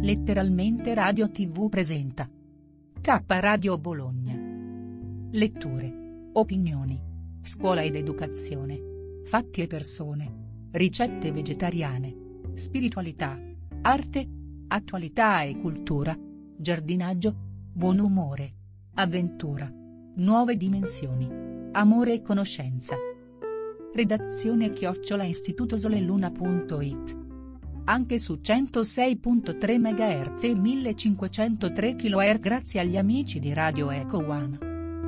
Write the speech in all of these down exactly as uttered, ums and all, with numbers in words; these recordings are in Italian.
Letteralmente Radio tivù presenta K Radio Bologna. Letture, opinioni, scuola ed educazione, fatti e persone, ricette vegetariane, spiritualità, arte, attualità e cultura, giardinaggio, buon umore, avventura, nuove dimensioni, amore e conoscenza. Redazione chiocciola istitutosoleluna punto it. Anche su centosei virgola tre megahertz e millecinquecentotre chilohertz grazie agli amici di Radio Eco One.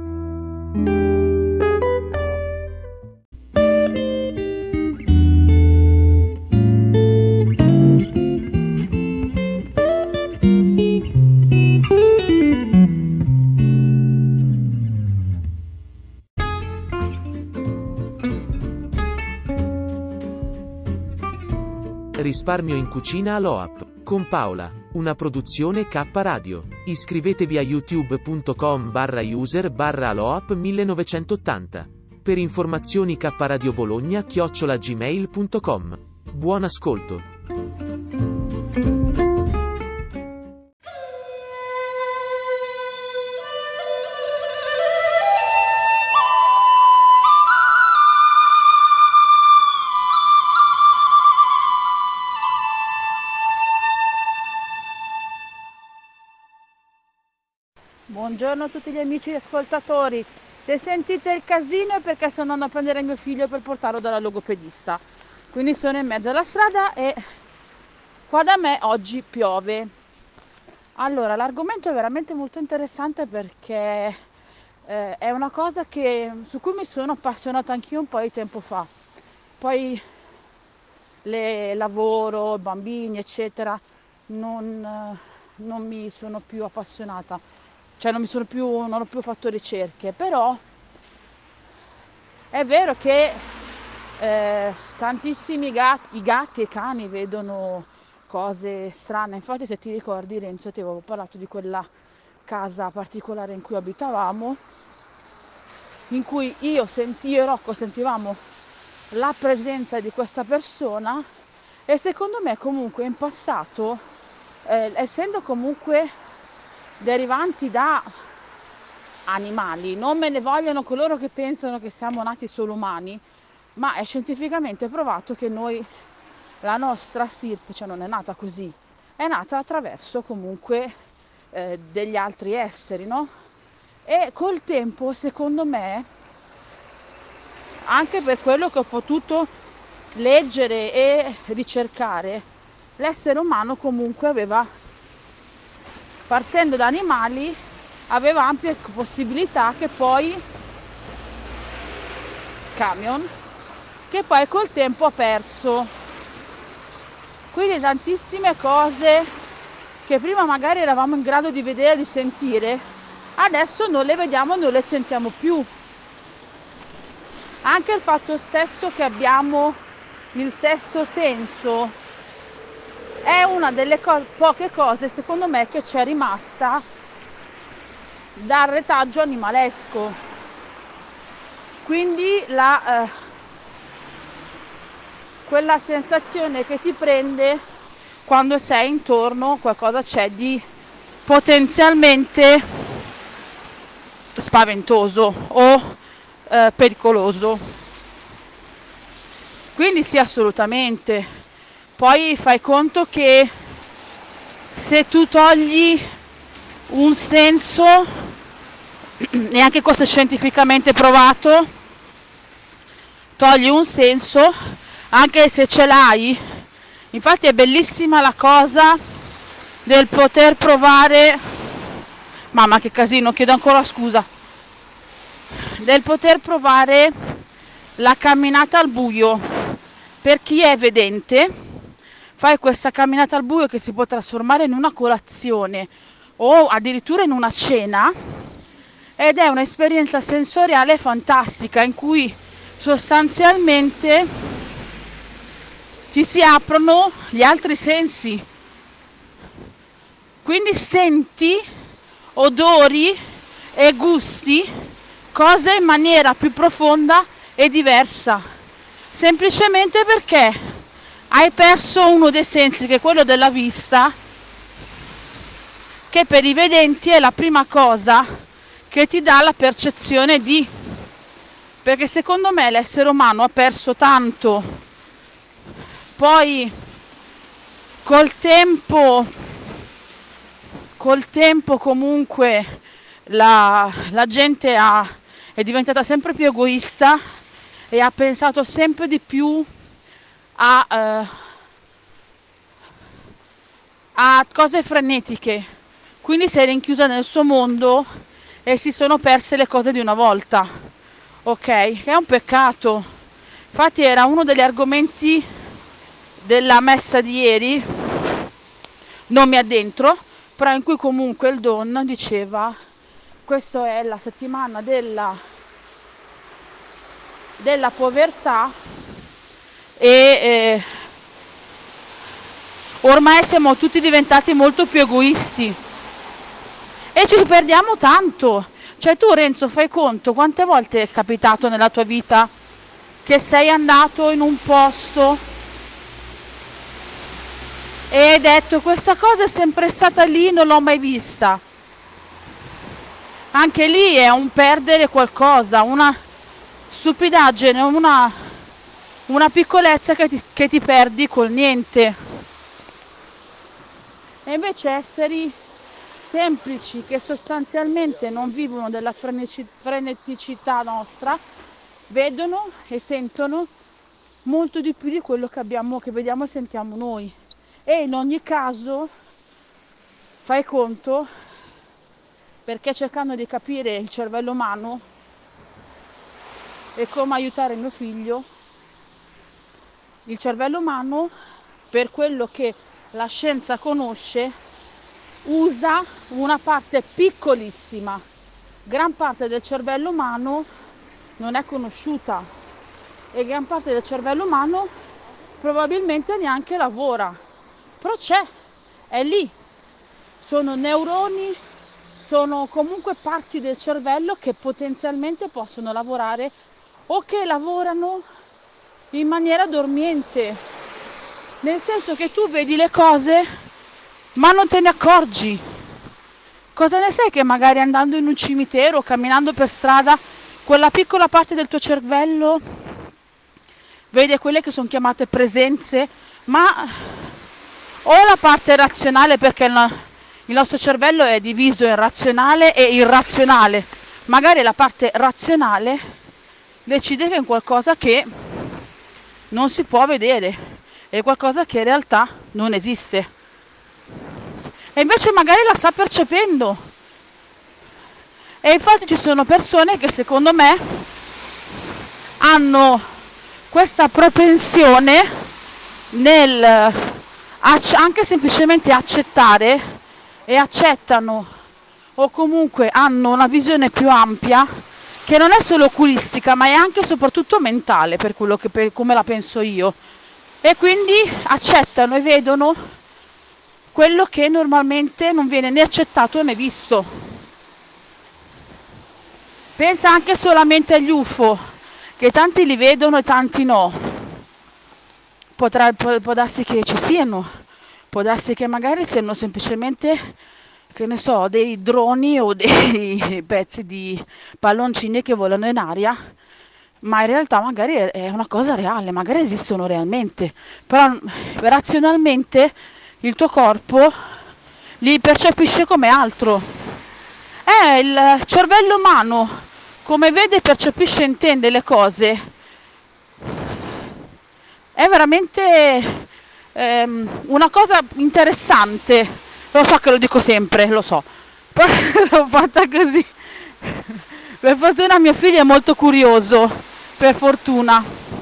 Risparmio in cucina all'O A P, con Paola, una produzione K Radio. Iscrivetevi a youtube punto com barra user barra aloap millenovecentottanta. Per informazioni K Radio Bologna chiocciola gmail punto com. Buon ascolto. Buongiorno a tutti gli amici ascoltatori. Se sentite il casino è perché sto andando a prendere mio figlio per portarlo dalla logopedista. Quindi sono in mezzo alla strada e qua da me oggi piove. Allora, l'argomento è veramente molto interessante perché eh, è una cosa che, su cui mi sono appassionata anch'io un po' di tempo fa. Poi le lavoro, bambini, eccetera, non, non mi sono più appassionata. Cioè non mi sono più, non ho più fatto ricerche, però è vero che eh, tantissimi gatti, i gatti e i cani vedono cose strane. Infatti, se ti ricordi, Renzo, ti avevo parlato di quella casa particolare in cui abitavamo, in cui io sentivo e Rocco sentivamo la presenza di questa persona, e secondo me comunque in passato, eh, essendo comunque derivanti da animali, non me ne vogliono coloro che pensano che siamo nati solo umani, ma è scientificamente provato che noi, la nostra stirpe, cioè non è nata così, è nata attraverso comunque eh, degli altri esseri, no? E col tempo, secondo me, anche per quello che ho potuto leggere e ricercare, l'essere umano comunque aveva, partendo da animali, aveva ampie possibilità che poi camion che poi col tempo ha perso. Quindi tantissime cose che prima magari eravamo in grado di vedere, di sentire, adesso non le vediamo, non le sentiamo più. Anche il fatto stesso che abbiamo il sesto senso è una delle co- poche cose, secondo me, che c'è rimasta dal retaggio animalesco. Quindi la, eh, quella sensazione che ti prende quando sei intorno, qualcosa c'è di potenzialmente spaventoso o eh, pericoloso. Quindi sì, assolutamente. Poi fai conto che se tu togli un senso, e anche questo è scientificamente provato, togli un senso, anche se ce l'hai, infatti è bellissima la cosa del poter provare, mamma che casino, chiedo ancora scusa, del poter provare la camminata al buio. Per chi è vedente, fai questa camminata al buio che si può trasformare in una colazione o addirittura in una cena, ed è un'esperienza sensoriale fantastica in cui sostanzialmente ti si aprono gli altri sensi. Quindi senti odori e gusti, cose in maniera più profonda e diversa, semplicemente perché hai perso uno dei sensi, che è quello della vista, perché per i vedenti è la prima cosa che ti dà la percezione di, perché secondo me l'essere umano ha perso tanto, poi col tempo col tempo comunque la, la gente ha, è diventata sempre più egoista e ha pensato sempre di più a, eh, a cose frenetiche, quindi si è rinchiusa nel suo mondo e si sono perse le cose di una volta, ok? È un peccato. Infatti era uno degli argomenti della messa di ieri, non mi addentro, però in cui comunque il Don diceva: questa è la settimana della, della povertà e eh, ormai siamo tutti diventati molto più egoisti e ci perdiamo tanto. Cioè tu, Renzo, fai conto quante volte è capitato nella tua vita che sei andato in un posto e hai detto: questa cosa è sempre stata lì, non l'ho mai vista. Anche lì è un perdere qualcosa, una stupidaggine, una, una piccolezza che ti, che ti perdi col niente. E invece esseri semplici che sostanzialmente non vivono della freneticità nostra, vedono e sentono molto di più di quello che abbiamo, che vediamo e sentiamo noi. E in ogni caso fai conto, perché cercando di capire il cervello umano e come aiutare mio figlio, il cervello umano, per quello che la scienza conosce, usa una parte piccolissima, gran parte del cervello umano non è conosciuta e gran parte del cervello umano probabilmente neanche lavora, però c'è, è lì, sono neuroni, sono comunque parti del cervello che potenzialmente possono lavorare o che lavorano in maniera dormiente, nel senso che tu vedi le cose ma non te ne accorgi. Cosa ne sai che magari andando in un cimitero o camminando per strada quella piccola parte del tuo cervello vede quelle che sono chiamate presenze, ma o la parte razionale, perché il il nostro cervello è diviso in razionale e irrazionale, magari la parte razionale decide che è qualcosa che non si può vedere, è qualcosa che in realtà non esiste e invece magari la sta percependo. E infatti ci sono persone che secondo me hanno questa propensione nel anche semplicemente accettare e accettano o comunque hanno una visione più ampia che non è solo oculistica ma è anche e soprattutto mentale, per quello che per, come la penso io, e quindi accettano e vedono quello che normalmente non viene né accettato né visto. Pensa anche solamente agli U F O, che tanti li vedono e tanti no. Potrà, può, può darsi che ci siano, può darsi che magari siano semplicemente, che ne so, dei droni o dei pezzi di palloncini che volano in aria, ma in realtà magari è una cosa reale, magari esistono realmente, però razionalmente il tuo corpo li percepisce come altro. È il cervello umano, come vede, percepisce e intende le cose, è veramente ehm, una cosa interessante. Lo so che lo dico sempre, lo so, però sono fatta così. Per fortuna mio figlio è molto curioso, per fortuna,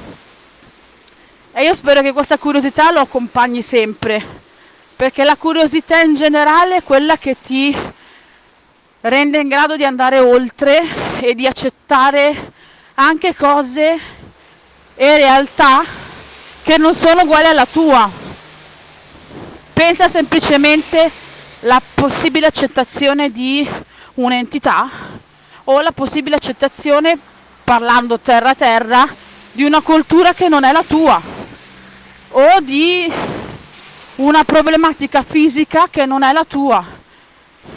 e io spero che questa curiosità lo accompagni sempre, perché la curiosità in generale è quella che ti rende in grado di andare oltre e di accettare anche cose e realtà che non sono uguali alla tua. Pensa semplicemente alla possibile accettazione di un'entità o la possibile accettazione, parlando terra a terra, di una cultura che non è la tua o di una problematica fisica che non è la tua.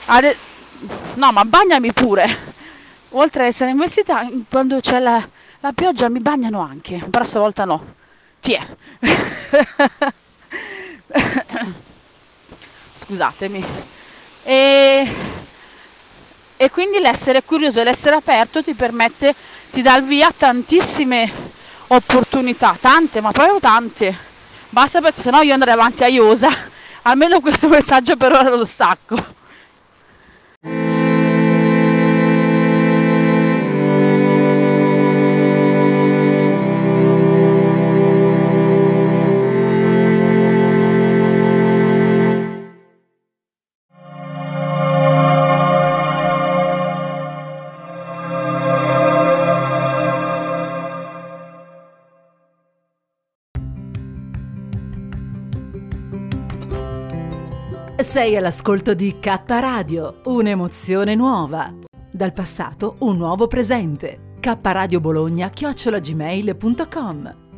Ade- no, ma bagnami pure. Oltre ad essere in vestita, quando c'è la, la pioggia mi bagnano anche, però stavolta no. Tiè. Scusatemi. E, e quindi l'essere curioso e l'essere aperto ti permette, ti dà il via a tantissime opportunità, tante, ma proprio tante. Basta, perché sennò io andrei avanti a iosa. Almeno questo messaggio per ora lo stacco. Sei all'ascolto di K Radio, un'emozione nuova. Dal passato un nuovo presente. K Radio Bologna chiocciola gmail punto com